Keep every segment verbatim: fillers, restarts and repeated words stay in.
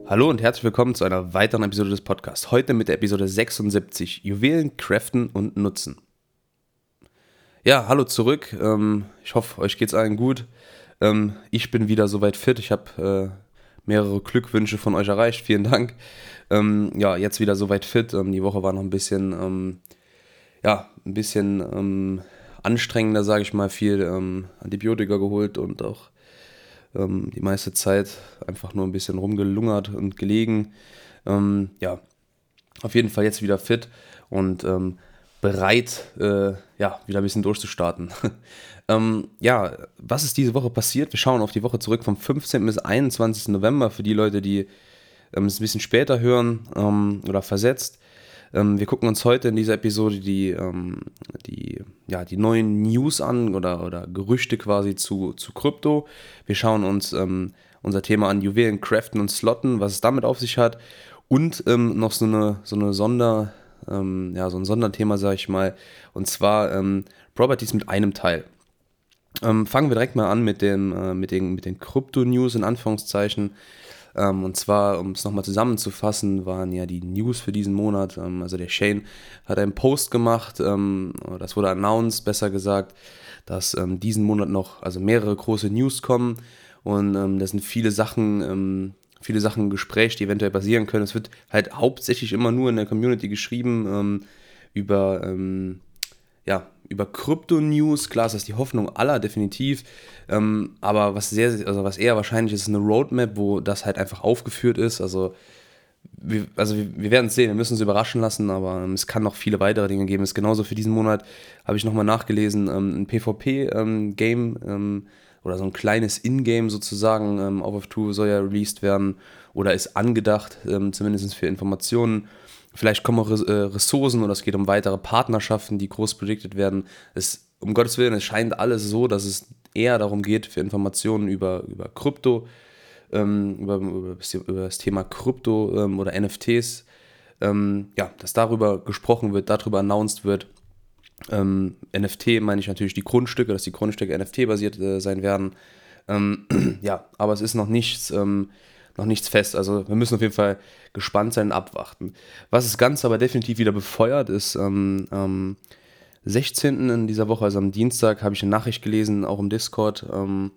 Hallo und herzlich willkommen zu einer weiteren Episode des Podcasts. Heute mit der Episode sechsundsiebzig, Juwelen, Craften und Nutzen. Ja, hallo zurück. Ähm, ich hoffe, euch geht's allen gut. Ähm, ich bin wieder soweit fit. Ich habe äh, mehrere Glückwünsche von euch erreicht. Vielen Dank. Ähm, ja, jetzt wieder soweit fit. Ähm, die Woche war noch ein bisschen, ähm, ja, ein bisschen ähm, anstrengender, sage ich mal. Viel ähm, Antibiotika geholt und auch ähm, die meiste Zeit einfach nur ein bisschen rumgelungert und gelegen. Ähm, ja, auf jeden Fall jetzt wieder fit und ähm, bereit, äh, ja, wieder ein bisschen durchzustarten. ähm, ja, was ist diese Woche passiert? Wir schauen auf die Woche zurück vom fünfzehnten bis einundzwanzigsten November für die Leute, die ähm, es ein bisschen später hören ähm, oder versetzt. Ähm, wir gucken uns heute in dieser Episode die, ähm, die, ja, die neuen News an oder, oder Gerüchte quasi zu, zu Krypto. Wir schauen uns ähm, unser Thema an, Juwelen, Craften und Slotten, was es damit auf sich hat. Und ähm, noch so eine, so eine Sonder, ähm, ja, so ein Sonderthema, sag ich mal. Und zwar ähm, Properties mit einem Teil. Ähm, fangen wir direkt mal an mit, dem, äh, mit den, mit den Krypto-News in Anführungszeichen. Ähm, und zwar, um es nochmal zusammenzufassen, waren ja die News für diesen Monat. Ähm, also der Shane hat einen Post gemacht, ähm, oder das wurde announced, besser gesagt, dass ähm, diesen Monat noch also mehrere große News kommen. Und ähm, das sind viele Sachen, ähm, viele Sachen im Gespräch, die eventuell passieren können. Es wird halt hauptsächlich immer nur in der Community geschrieben ähm, über... Ähm, ja, über Krypto-News, klar ist das die Hoffnung aller, definitiv, ähm, aber was sehr, also was eher wahrscheinlich ist, ist eine Roadmap, wo das halt einfach aufgeführt ist, also wir, also wir, wir werden es sehen, wir müssen uns überraschen lassen, aber ähm, es kann noch viele weitere Dinge geben, es ist genauso für diesen Monat, habe ich nochmal nachgelesen, ähm, ein PvP-Game ähm, oder so ein kleines In-Game sozusagen, ähm, Off of Two soll ja released werden oder ist angedacht, ähm, zumindest für Informationen. Vielleicht kommen auch äh, Ressourcen oder es geht um weitere Partnerschaften, die groß predicted werden. Es, um Gottes Willen, es scheint alles so, dass es eher darum geht, für Informationen über, über Krypto, ähm, über, über, das, über das Thema Krypto ähm, oder N F Ts, ähm, ja, dass darüber gesprochen wird, darüber announced wird. Ähm, N F T meine ich natürlich die Grundstücke, dass die Grundstücke N F T-basiert äh, sein werden. Ähm, ja, aber es ist noch nichts, ähm, noch nichts fest. Also wir müssen auf jeden Fall gespannt sein und abwarten. Was das Ganze aber definitiv wieder befeuert, ist ähm, am sechzehnten in dieser Woche, also am Dienstag, habe ich eine Nachricht gelesen, auch im Discord, ähm,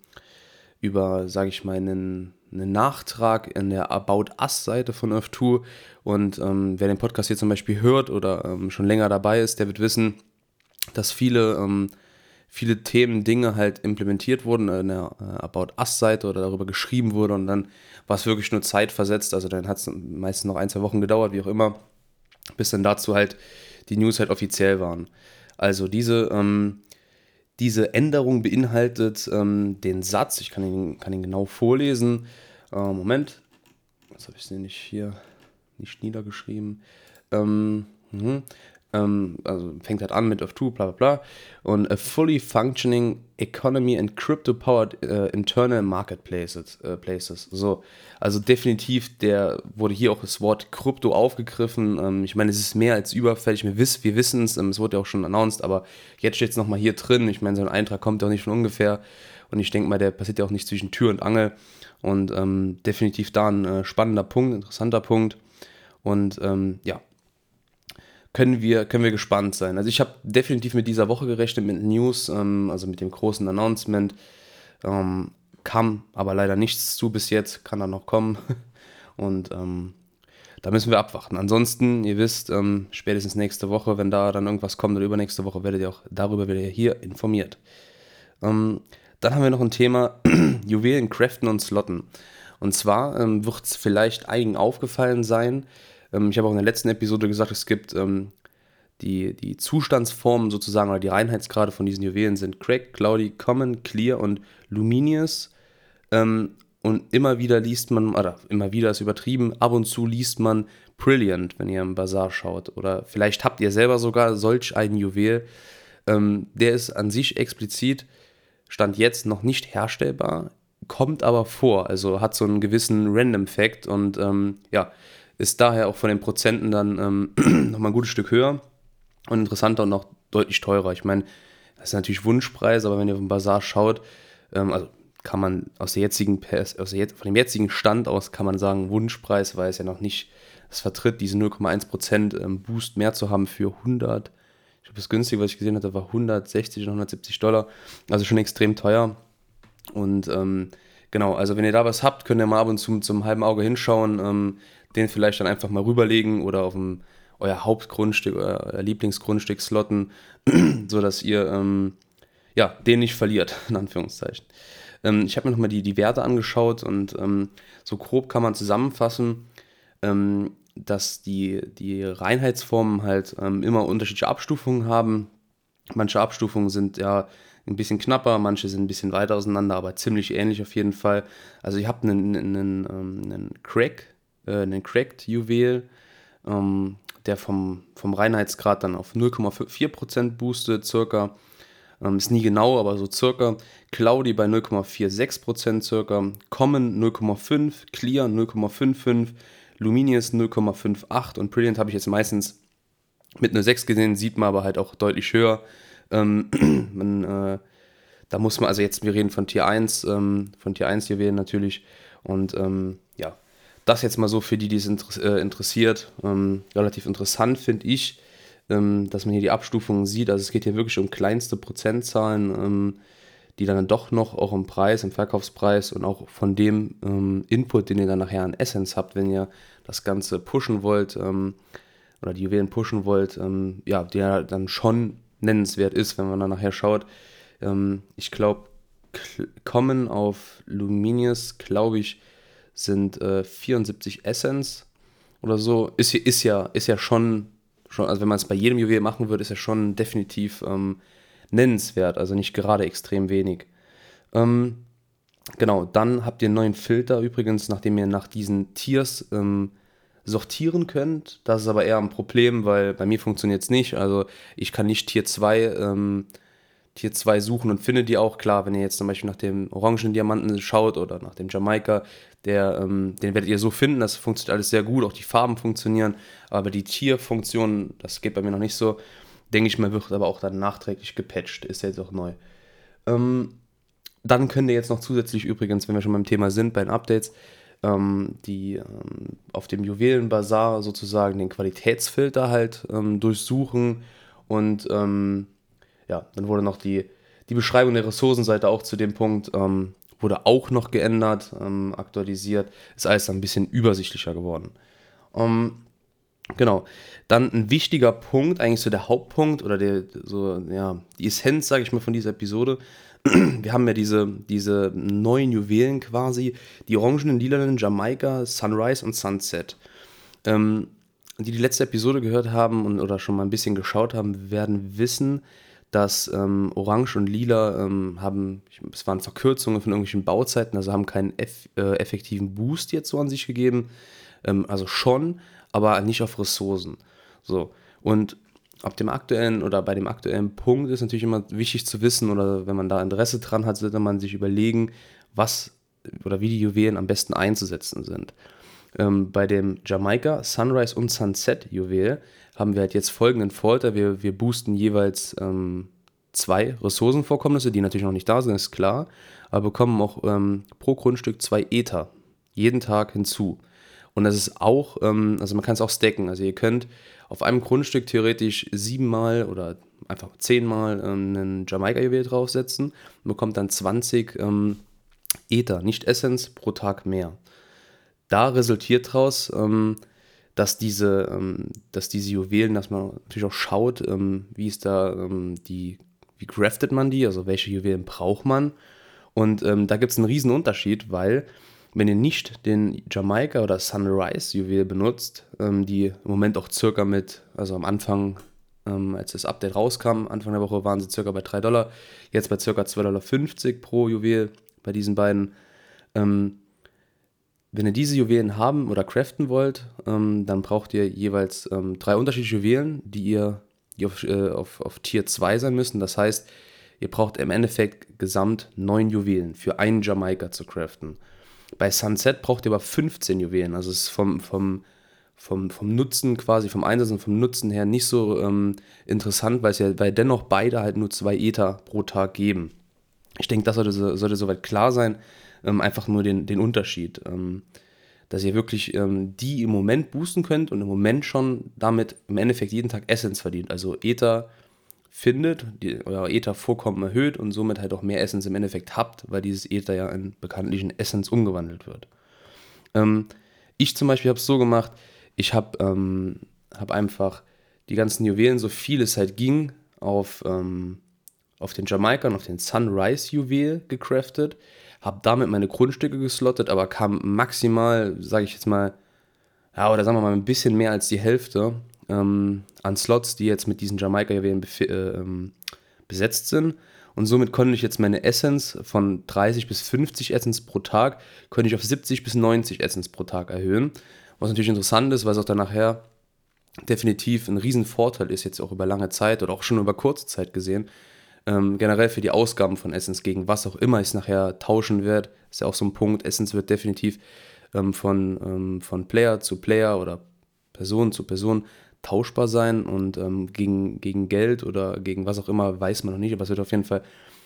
über, sage ich mal, einen, einen Nachtrag in der About Us-Seite von Earth zwei. Und ähm, wer den Podcast hier zum Beispiel hört oder ähm, schon länger dabei ist, der wird wissen, dass viele, ähm, viele Themen, Dinge halt implementiert wurden in der äh, About Us-Seite oder darüber geschrieben wurde und dann war es wirklich nur zeitversetzt, also dann hat es meistens noch ein, zwei Wochen gedauert, wie auch immer, bis dann dazu halt die News halt offiziell waren. Also diese, ähm, diese Änderung beinhaltet ähm, den Satz, ich kann ihn, kann ihn genau vorlesen, äh, Moment, was habe ich denn nicht hier, nicht niedergeschrieben, ähm, mhm. Ähm, also fängt halt an mit of two, bla bla bla. Und a fully functioning economy and crypto-powered uh, internal marketplaces. Uh, places. So, also definitiv, der wurde hier auch das Wort Krypto aufgegriffen. Ähm, ich meine, es ist mehr als überfällig. Wir, wiss, wir wissen es, ähm, es wurde ja auch schon announced, aber jetzt steht es nochmal hier drin. Ich meine, so ein Eintrag kommt ja auch nicht von ungefähr. Und ich denke mal, der passiert ja auch nicht zwischen Tür und Angel. Und ähm, definitiv da ein äh, spannender Punkt, interessanter Punkt. Und ähm, ja, können wir, können wir gespannt sein. Also ich habe definitiv mit dieser Woche gerechnet, mit News, ähm, also mit dem großen Announcement. Ähm, kam aber leider nichts zu bis jetzt, kann da noch kommen. Und ähm, da müssen wir abwarten. Ansonsten, ihr wisst, ähm, spätestens nächste Woche, wenn da dann irgendwas kommt oder übernächste Woche, werdet ihr auch darüber werdet ihr hier informiert. Ähm, dann haben wir noch ein Thema Juwelen, Craften und Slotten. Und zwar ähm, wird es vielleicht einigen aufgefallen sein, ähm, ich habe auch in der letzten Episode gesagt, es gibt ähm, die, die Zustandsformen sozusagen oder die Reinheitsgrade von diesen Juwelen sind Cracked, Cloudy, Common, Clear und Luminous. Ähm, und immer wieder liest man, oder immer wieder ist übertrieben, ab und zu liest man Brilliant, wenn ihr im Bazar schaut. Oder vielleicht habt ihr selber sogar solch ein Juwel. Ähm, der ist an sich explizit, Stand jetzt noch nicht herstellbar, kommt aber vor, also hat so einen gewissen Random-Fact und ähm, ja, ist daher auch von den Prozenten dann ähm, nochmal ein gutes Stück höher und interessanter und noch deutlich teurer. Ich meine, das ist natürlich Wunschpreis, aber wenn ihr auf den Bazar schaut, ähm, also kann man aus der jetzigen, Pers- aus der, jet- von dem jetzigen Stand aus kann man sagen Wunschpreis, weil es ja noch nicht es vertritt, diese null Komma eins Prozent ähm, Boost mehr zu haben für hundert, ich glaube das günstige, was ich gesehen hatte, war hundertsechzig oder hundertsiebzig Dollar, also schon extrem teuer. Und ähm, genau, also wenn ihr da was habt, könnt ihr mal ab und zu mit so einem halben Auge hinschauen, ähm, den vielleicht dann einfach mal rüberlegen oder auf dem, euer Hauptgrundstück, euer, euer Lieblingsgrundstück slotten, sodass ihr ähm, ja, den nicht verliert, in Anführungszeichen. Ähm, ich habe mir nochmal die, die Werte angeschaut und ähm, so grob kann man zusammenfassen, ähm, dass die, die Reinheitsformen halt ähm, immer unterschiedliche Abstufungen haben. Manche Abstufungen sind ja ein bisschen knapper, manche sind ein bisschen weiter auseinander, aber ziemlich ähnlich auf jeden Fall. Also ihr habt einen, einen, ähm, einen Crack, äh, einen Cracked Juwel, ähm, der vom, vom Reinheitsgrad dann auf null Komma vier Prozent boostet, circa. Ähm, ist nie genau, aber so circa. Cloudy bei null Komma sechsundvierzig Prozent circa. Common null Komma fünf, Clear null Komma fünfundfünfzig, Luminous null Komma achtzehn und Brilliant habe ich jetzt meistens mit einer sechs gesehen, sieht man aber halt auch deutlich höher. Ähm, man, äh, da muss man, also jetzt, wir reden von Tier eins, ähm, von Tier eins Juwelen natürlich. Und ähm, ja, das jetzt mal so für die, die es inter äh, interessiert. Ähm, relativ interessant finde ich, ähm, dass man hier die Abstufungen sieht. Also es geht hier wirklich um kleinste Prozentzahlen, ähm, die dann doch noch auch im Preis, im Verkaufspreis und auch von dem ähm, Input, den ihr dann nachher an Essence habt, wenn ihr das Ganze pushen wollt, ähm, oder die Juwelen pushen wollt, ähm, ja, der dann schon nennenswert ist, wenn man dann nachher schaut. Ähm, ich glaube, Common auf Luminous, glaube ich, sind äh, vierundsiebzig Essence oder so. Ist, ist, ja, ist ja schon, schon, also wenn man es bei jedem Juwel machen würde, ist ja schon definitiv ähm, nennenswert, also nicht gerade extrem wenig. Ähm, genau, dann habt ihr einen neuen Filter übrigens, nachdem ihr nach diesen Tiers ähm, sortieren könnt. Das ist aber eher ein Problem, weil bei mir funktioniert es nicht. Also ich kann nicht Tier zwei ähm, Tier zwei suchen und finde die auch. Klar, wenn ihr jetzt zum Beispiel nach dem orangen Diamanten schaut oder nach dem Jamaika, der, ähm, den werdet ihr so finden, das funktioniert alles sehr gut, auch die Farben funktionieren, aber die Tierfunktion, das geht bei mir noch nicht so, denke ich mal, wird aber auch dann nachträglich gepatcht, ist ja jetzt auch neu. Ähm, Dann könnt ihr jetzt noch zusätzlich übrigens, wenn wir schon beim Thema sind, bei den Updates, ähm, die ähm, auf dem Juwelenbazar sozusagen den Qualitätsfilter halt ähm, durchsuchen und ähm, ja, dann wurde noch die, die Beschreibung der Ressourcenseite auch zu dem Punkt, ähm, wurde auch noch geändert, ähm, aktualisiert, ist alles ein bisschen übersichtlicher geworden. Ähm, genau, dann ein wichtiger Punkt, eigentlich so der Hauptpunkt oder der, so, ja, die Essenz, sage ich mal, von dieser Episode. Wir haben ja diese, diese neuen Juwelen quasi, die orangenen, lilanen, Jamaika, Sunrise und Sunset. Ähm, die die letzte Episode gehört haben und, oder schon mal ein bisschen geschaut haben, werden wissen, dass ähm, Orange und Lila ähm, haben, es waren Verkürzungen von irgendwelchen Bauzeiten, also haben keinen eff, äh, effektiven Boost jetzt so an sich gegeben. Ähm, also schon, aber nicht auf Ressourcen. So. Und ab dem aktuellen oder bei dem aktuellen Punkt ist natürlich immer wichtig zu wissen, oder wenn man da Interesse dran hat, sollte man sich überlegen, was oder wie die Juwelen am besten einzusetzen sind. Ähm, bei dem Jamaika, Sunrise und Sunset Juwel haben wir halt jetzt folgenden Vorteil. Wir, wir boosten jeweils ähm, zwei Ressourcenvorkommnisse, die natürlich noch nicht da sind, ist klar, aber bekommen auch ähm, pro Grundstück zwei Ether jeden Tag hinzu. Und das ist auch, ähm, also man kann es auch stacken. Also ihr könnt auf einem Grundstück theoretisch siebenmal oder einfach zehnmal ähm, einen Jamaika-Juwel draufsetzen und bekommt dann zwanzig ähm, Ether, nicht Essence, pro Tag mehr. Da resultiert daraus, ähm, dass diese, ähm, dass diese Juwelen, dass man natürlich auch schaut, ähm, wie ist da ähm, die, wie craftet man die, also welche Juwelen braucht man. Und ähm, da gibt es einen riesen Unterschied, weil wenn ihr nicht den Jamaika oder Sunrise Juwel benutzt, ähm, die im Moment auch circa mit, also am Anfang, ähm, als das Update rauskam, Anfang der Woche waren sie circa bei drei Dollar, jetzt bei circa zwei Komma fünfzig Dollar pro Juwel bei diesen beiden. Ähm, Wenn ihr diese Juwelen haben oder craften wollt, ähm, dann braucht ihr jeweils ähm, drei unterschiedliche Juwelen, die ihr die auf, äh, auf, auf Tier zwei sein müssen. Das heißt, ihr braucht im Endeffekt gesamt neun Juwelen für einen Jamaika zu craften. Bei Sunset braucht ihr aber fünfzehn Juwelen. Also es ist vom, vom, vom, vom Nutzen quasi, vom Einsatz und vom Nutzen her nicht so ähm, interessant, weil es ja, weil dennoch beide halt nur zwei Ether pro Tag geben. Ich denke, das sollte, so- sollte soweit klar sein. Ähm, einfach nur den, den Unterschied. Ähm, dass ihr wirklich ähm, die im Moment boosten könnt und im Moment schon damit im Endeffekt jeden Tag Essence verdient. Also Ether findet, die, euer Ether-Vorkommen erhöht und somit halt auch mehr Essence im Endeffekt habt, weil dieses Ether ja in bekanntlichen Essence umgewandelt wird. Ähm, Ich zum Beispiel habe es so gemacht, ich habe ähm, hab einfach die ganzen Juwelen, so viel es halt ging, auf, ähm, auf den Jamaika und auf den Sunrise-Juwel gecraftet, habe damit meine Grundstücke geslottet, aber kam maximal, sage ich jetzt mal, ja, oder sagen wir mal ein bisschen mehr als die Hälfte ähm, an Slots, die jetzt mit diesen Jamaika-Juwelen befi- äh, ähm, besetzt sind. Und somit konnte ich jetzt meine Essence von dreißig bis fünfzig Essence pro Tag, könnte ich auf siebzig bis neunzig Essence pro Tag erhöhen. Was natürlich interessant ist, weil es auch dann nachher definitiv ein Riesenvorteil ist, jetzt auch über lange Zeit oder auch schon über kurze Zeit gesehen, ähm, generell für die Ausgaben von Essence gegen was auch immer ich es nachher tauschen werde, ist ja auch so ein Punkt. Essence wird definitiv ähm, von, ähm, von Player zu Player oder Person zu Person tauschbar sein und ähm, gegen, gegen Geld oder gegen was auch immer weiß man noch nicht, aber es wird auf jeden Fall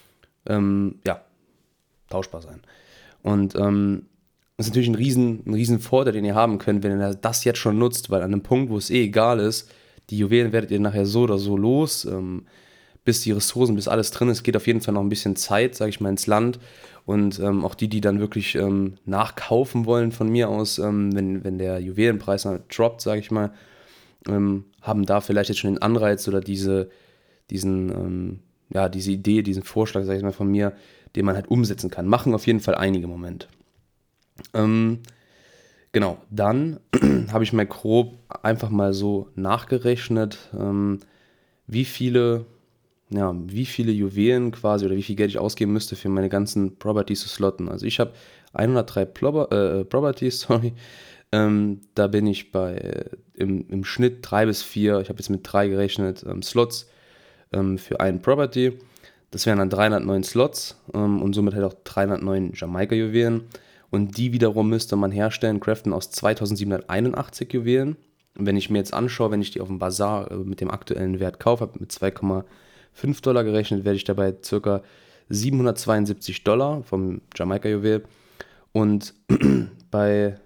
ähm, ja, tauschbar sein. Und ähm, das ist natürlich ein riesen, ein riesen Vorteil, den ihr haben könnt, wenn ihr das jetzt schon nutzt, weil an einem Punkt, wo es eh egal ist, die Juwelen werdet ihr nachher so oder so los, ähm, bis die Ressourcen, bis alles drin ist, geht auf jeden Fall noch ein bisschen Zeit, sage ich mal, ins Land. Und ähm, auch die, die dann wirklich ähm, nachkaufen wollen von mir aus, ähm, wenn, wenn der Juwelenpreis mal droppt, sage ich mal, ähm, haben da vielleicht jetzt schon den Anreiz oder diese, diesen, ähm, ja, diese Idee, diesen Vorschlag, sage ich mal, von mir, den man halt umsetzen kann. Machen auf jeden Fall einige im Moment. Ähm, genau, dann habe ich mal grob einfach mal so nachgerechnet, ähm, wie viele, ja, wie viele Juwelen quasi oder wie viel Geld ich ausgeben müsste für meine ganzen Properties zu slotten. Also ich habe hundertdrei Plober, äh, Properties, sorry. Ähm, da bin ich bei äh, im, im Schnitt drei bis vier, ich habe jetzt mit drei gerechnet, ähm, Slots ähm, für einen Property. Das wären dann dreihundertneun Slots ähm, und somit halt auch dreihundertneun Jamaika-Juwelen. Und die wiederum müsste man herstellen, craften aus zweitausendsiebenhunderteinundachtzig Juwelen. Und wenn ich mir jetzt anschaue, wenn ich die auf dem Bazar äh, mit dem aktuellen Wert kaufe, habe mit zwei Komma fünf Dollar gerechnet, werde ich dabei ca. siebenhundertzweiundsiebzig Dollar vom Jamaika-Juwel. Und bei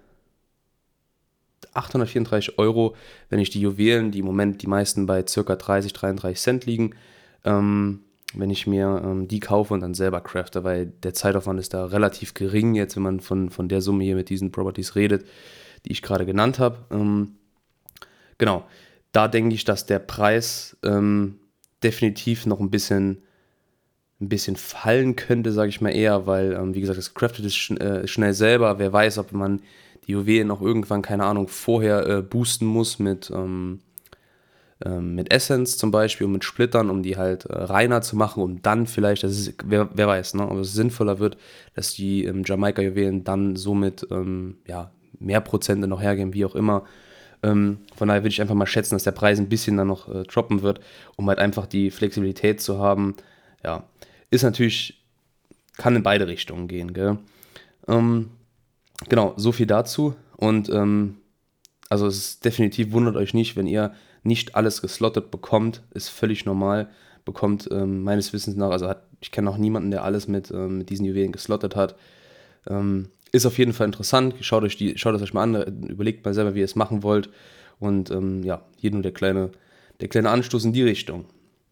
achthundertvierunddreißig Euro, wenn ich die Juwelen, die im Moment die meisten bei ca. dreißig, dreiunddreißig Cent liegen, ähm, wenn ich mir ähm, die kaufe und dann selber crafte, weil der Zeitaufwand ist da relativ gering jetzt, wenn man von, von der Summe hier mit diesen Properties redet, die ich gerade genannt habe. Ähm, genau, da denke ich, dass der Preis ähm, definitiv noch ein bisschen, ein bisschen fallen könnte, sage ich mal eher, weil, ähm, wie gesagt, das Crafted ist schn äh, schnell selber. Wer weiß, ob man die Juwelen auch irgendwann, keine Ahnung, vorher äh, boosten muss mit, ähm, ähm, mit Essence zum Beispiel und mit Splittern, um die halt äh, reiner zu machen und dann vielleicht, das ist, wer, wer weiß, ne, ob es sinnvoller wird, dass die ähm, Jamaika-Juwelen dann somit ähm, ja, mehr Prozente noch hergeben, wie auch immer. Ähm, von daher würde ich einfach mal schätzen, dass der Preis ein bisschen dann noch äh, droppen wird, um halt einfach die Flexibilität zu haben. Ja, ist natürlich, kann in beide Richtungen gehen, gell? Ähm, genau, so viel dazu. Und ähm, also es ist definitiv, wundert euch nicht, wenn ihr nicht alles geslottet bekommt, ist völlig normal. Bekommt ähm, meines Wissens nach, also hat, ich kenne auch niemanden, der alles mit, ähm, mit diesen Juwelen geslottet hat. Ähm, ist auf jeden Fall interessant. Schaut euch die, schaut es euch mal an, überlegt mal selber, wie ihr es machen wollt. Und ähm, ja, hier nur der kleine, der kleine Anstoß in die Richtung.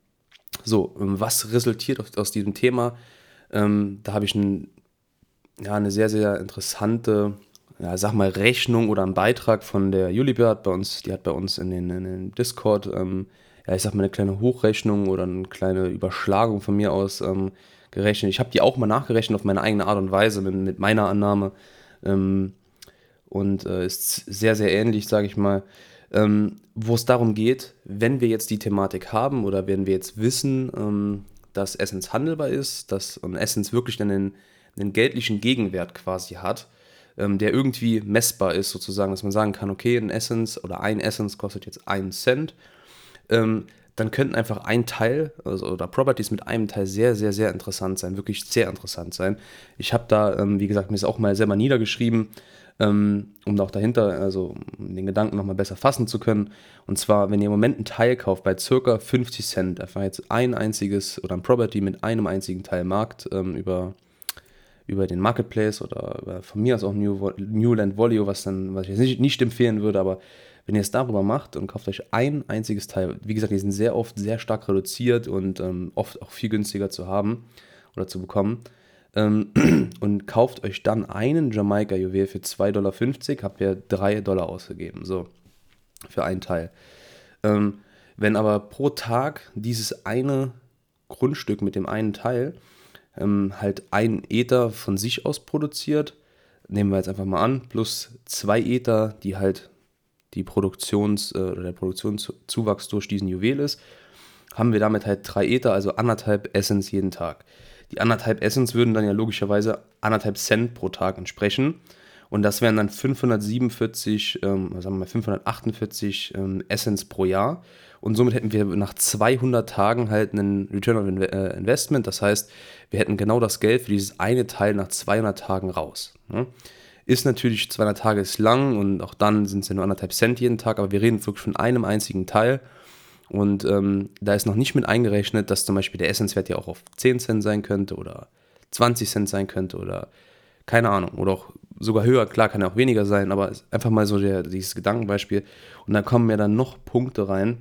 So, ähm, was resultiert aus, aus diesem Thema? Ähm, da habe ich ein, ja, eine sehr, sehr interessante, ja, sag mal, Rechnung oder einen Beitrag von der Julibert hat bei uns, die hat bei uns in den, in den Discord, ähm, ja, ich sag mal, eine kleine Hochrechnung oder eine kleine Überschlagung von mir aus ähm, gerechnet. Ich habe die auch mal nachgerechnet auf meine eigene Art und Weise mit, mit meiner Annahme ähm, und äh, ist sehr, sehr ähnlich, sage ich mal. Ähm, wo es darum geht, wenn wir jetzt die Thematik haben oder wenn wir jetzt wissen, ähm, dass Essence handelbar ist, dass ähm, Essence wirklich einen, einen geldlichen Gegenwert quasi hat, ähm, der irgendwie messbar ist, sozusagen, dass man sagen kann, okay, ein Essence oder ein Essence kostet jetzt einen Cent, ähm, dann könnten einfach ein Teil, also, oder Properties mit einem Teil sehr, sehr, sehr interessant sein, wirklich sehr interessant sein. Ich habe da, ähm, wie gesagt, mir ist auch mal selber niedergeschrieben, ähm, um auch dahinter, also um den Gedanken nochmal besser fassen zu können. Und zwar, wenn ihr im Moment einen Teil kauft bei circa fünfzig Cent, einfach jetzt ein einziges oder ein Property mit einem einzigen Teil Markt ähm, über, über den Marketplace oder über, von mir aus auch New, Newland Volio, was dann, was ich jetzt nicht, nicht empfehlen würde, aber wenn ihr es darüber macht und kauft euch ein einziges Teil, wie gesagt, die sind sehr oft sehr stark reduziert und ähm, oft auch viel günstiger zu haben oder zu bekommen, ähm, und kauft euch dann einen Jamaika-Juwel für zwei Komma fünfzig Dollar, habt ihr drei Dollar ausgegeben, so, für einen Teil. Ähm, wenn aber pro Tag dieses eine Grundstück mit dem einen Teil ähm, halt ein Ether von sich aus produziert, nehmen wir jetzt einfach mal an, plus zwei Ether, die halt die Produktions- äh, oder der Produktionszuwachs durch diesen Juwel ist, haben wir damit halt drei Ether, also anderthalb Essence jeden Tag. Die anderthalb Essence würden dann ja logischerweise anderthalb Cent pro Tag entsprechen. Und das wären dann fünfhundertsiebenundvierzig, ähm, sagen wir mal fünfhundertachtundvierzig ähm, Essence pro Jahr. Und somit hätten wir nach zweihundert Tagen halt einen Return on Investment. Das heißt, wir hätten genau das Geld für dieses eine Teil nach zweihundert Tagen raus. Ne? Ist natürlich, zweihundert Tage ist lang und auch dann sind es ja nur anderthalb Cent jeden Tag, aber wir reden wirklich von einem einzigen Teil. Und ähm, da ist noch nicht mit eingerechnet, dass zum Beispiel der Essence-Wert ja auch auf zehn Cent sein könnte oder zwanzig Cent sein könnte oder keine Ahnung, oder auch sogar höher, klar kann ja auch weniger sein, aber einfach mal so der, dieses Gedankenbeispiel. Und da kommen ja dann noch Punkte rein,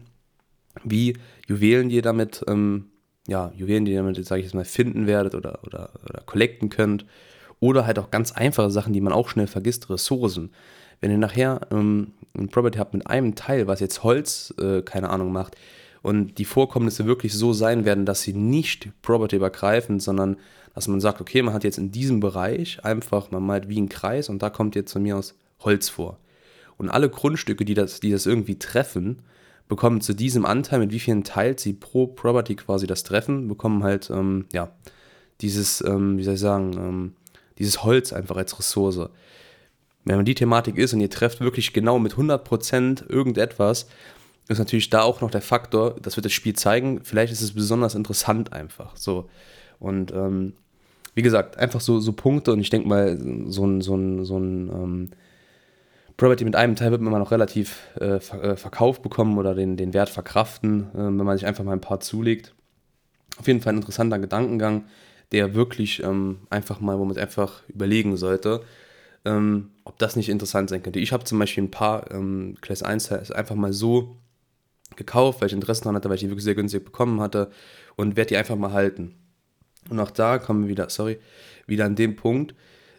wie Juwelen, die ihr damit, ähm, ja, Juwelen, die ihr damit, sage ich jetzt mal, finden werdet oder, oder, oder collecten könnt. Oder halt auch ganz einfache Sachen, die man auch schnell vergisst, Ressourcen. Wenn ihr nachher ähm, ein Property habt mit einem Teil, was jetzt Holz, äh, keine Ahnung, macht, und die Vorkommnisse wirklich so sein werden, dass sie nicht Property übergreifend, sondern dass man sagt, okay, man hat jetzt in diesem Bereich einfach, man malt wie einen Kreis und da kommt jetzt von mir aus Holz vor. Und alle Grundstücke, die das, die das irgendwie treffen, bekommen zu diesem Anteil, mit wie vielen Teils sie pro Property quasi das treffen, bekommen halt, ähm, ja, dieses, ähm, wie soll ich sagen, ähm, dieses Holz einfach als Ressource. Wenn man die Thematik ist und ihr trefft wirklich genau mit hundert Prozent irgendetwas, ist natürlich da auch noch der Faktor, das wird das Spiel zeigen, vielleicht ist es besonders interessant einfach. So. Und ähm, wie gesagt, einfach so, so Punkte und ich denke mal, so ein, so ein, so ein ähm, Property mit einem Teil wird man noch relativ äh, ver- äh, verkauft bekommen oder den, den Wert verkraften, äh, wenn man sich einfach mal ein paar zulegt. Auf jeden Fall ein interessanter Gedankengang, der wirklich ähm, einfach mal, wo man es einfach überlegen sollte, ähm, ob das nicht interessant sein könnte. Ich habe zum Beispiel ein paar ähm, Class eins einfach mal so gekauft, weil ich Interesse daran hatte, weil ich die wirklich sehr günstig bekommen hatte und werde die einfach mal halten. Und auch da kommen wir wieder, sorry, wieder an dem Punkt,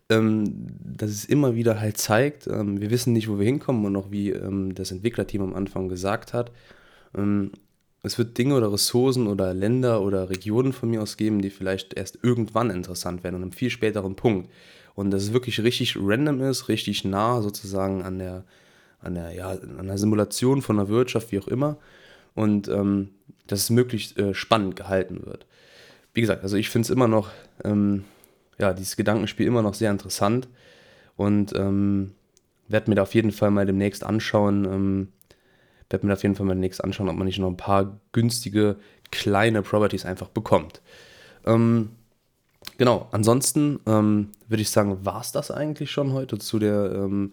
ähm, dass es immer wieder halt zeigt, ähm, wir wissen nicht, wo wir hinkommen und auch wie ähm, das Entwicklerteam am Anfang gesagt hat, ähm, es wird Dinge oder Ressourcen oder Länder oder Regionen von mir aus geben, die vielleicht erst irgendwann interessant werden und einem viel späteren Punkt. Und dass es wirklich richtig random ist, richtig nah sozusagen an der, an der, ja, an der Simulation von der Wirtschaft, wie auch immer. Und ähm, dass es möglichst äh, spannend gehalten wird. Wie gesagt, also ich finde es immer noch, ähm, ja, dieses Gedankenspiel immer noch sehr interessant und ähm, werde mir da auf jeden Fall mal demnächst anschauen, ähm, werde mir da auf jeden Fall mal demnächst anschauen, ob man nicht noch ein paar günstige, kleine Properties einfach bekommt. Ähm, genau, ansonsten ähm, würde ich sagen, war es das eigentlich schon heute zu der, ähm,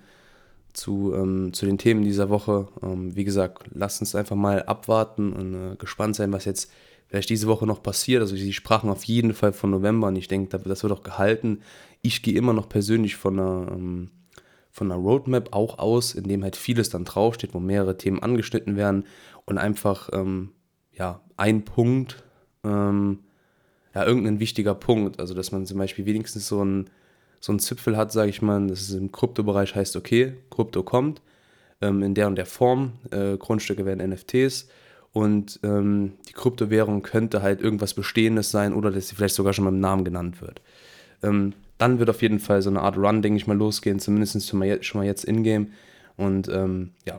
zu, ähm, zu den Themen dieser Woche. Ähm, wie gesagt, lasst uns einfach mal abwarten und äh, gespannt sein, was jetzt vielleicht diese Woche noch passiert. Also sie sprachen auf jeden Fall von November und ich denke, das wird auch gehalten. Ich gehe immer noch persönlich von einer, ähm, von einer Roadmap auch aus, in dem halt vieles dann draufsteht, wo mehrere Themen angeschnitten werden und einfach ähm, ja, ein Punkt, ähm, ja, irgendein wichtiger Punkt, also dass man zum Beispiel wenigstens so ein so ein Zipfel hat, sage ich mal, das ist im Kryptobereich heißt, okay, Krypto kommt ähm, in der und der Form, äh, Grundstücke werden N F Ts und ähm, die Kryptowährung könnte halt irgendwas Bestehendes sein oder dass sie vielleicht sogar schon beim Namen genannt wird. Ähm, dann wird auf jeden Fall so eine Art Run, denke ich mal, losgehen, zumindest schon mal jetzt, schon mal jetzt in-game und ähm, ja,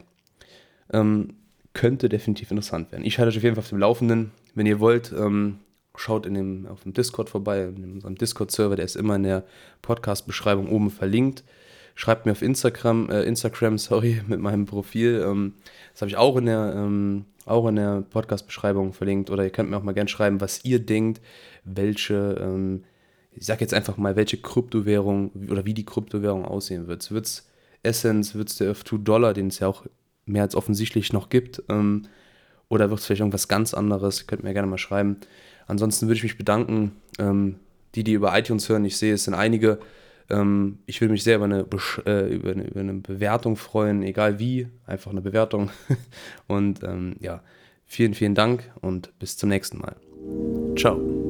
ähm, könnte definitiv interessant werden. Ich halte euch auf jeden Fall auf dem Laufenden, wenn ihr wollt, ähm, schaut in dem, auf dem Discord vorbei, in unserem Discord-Server, der ist immer in der Podcast-Beschreibung oben verlinkt. Schreibt mir auf Instagram, äh, Instagram, sorry, mit meinem Profil. Ähm, das habe ich auch in der, ähm, auch in der Podcast-Beschreibung verlinkt. Oder ihr könnt mir auch mal gerne schreiben, was ihr denkt, welche, ähm, ich sag jetzt einfach mal, welche Kryptowährung oder wie die Kryptowährung aussehen wird. Wird es Essence, wird es der Earth zwei Dollar, den es ja auch mehr als offensichtlich noch gibt, ähm, oder wird es vielleicht irgendwas ganz anderes? Könnt mir gerne mal schreiben. Ansonsten würde ich mich bedanken, ähm, die, die über iTunes hören. Ich sehe, es sind einige. Ähm, ich würde mich sehr über eine, Besch- äh, über, eine, über eine Bewertung freuen, egal wie, einfach eine Bewertung. Und ähm, ja, vielen, vielen Dank und bis zum nächsten Mal. Ciao.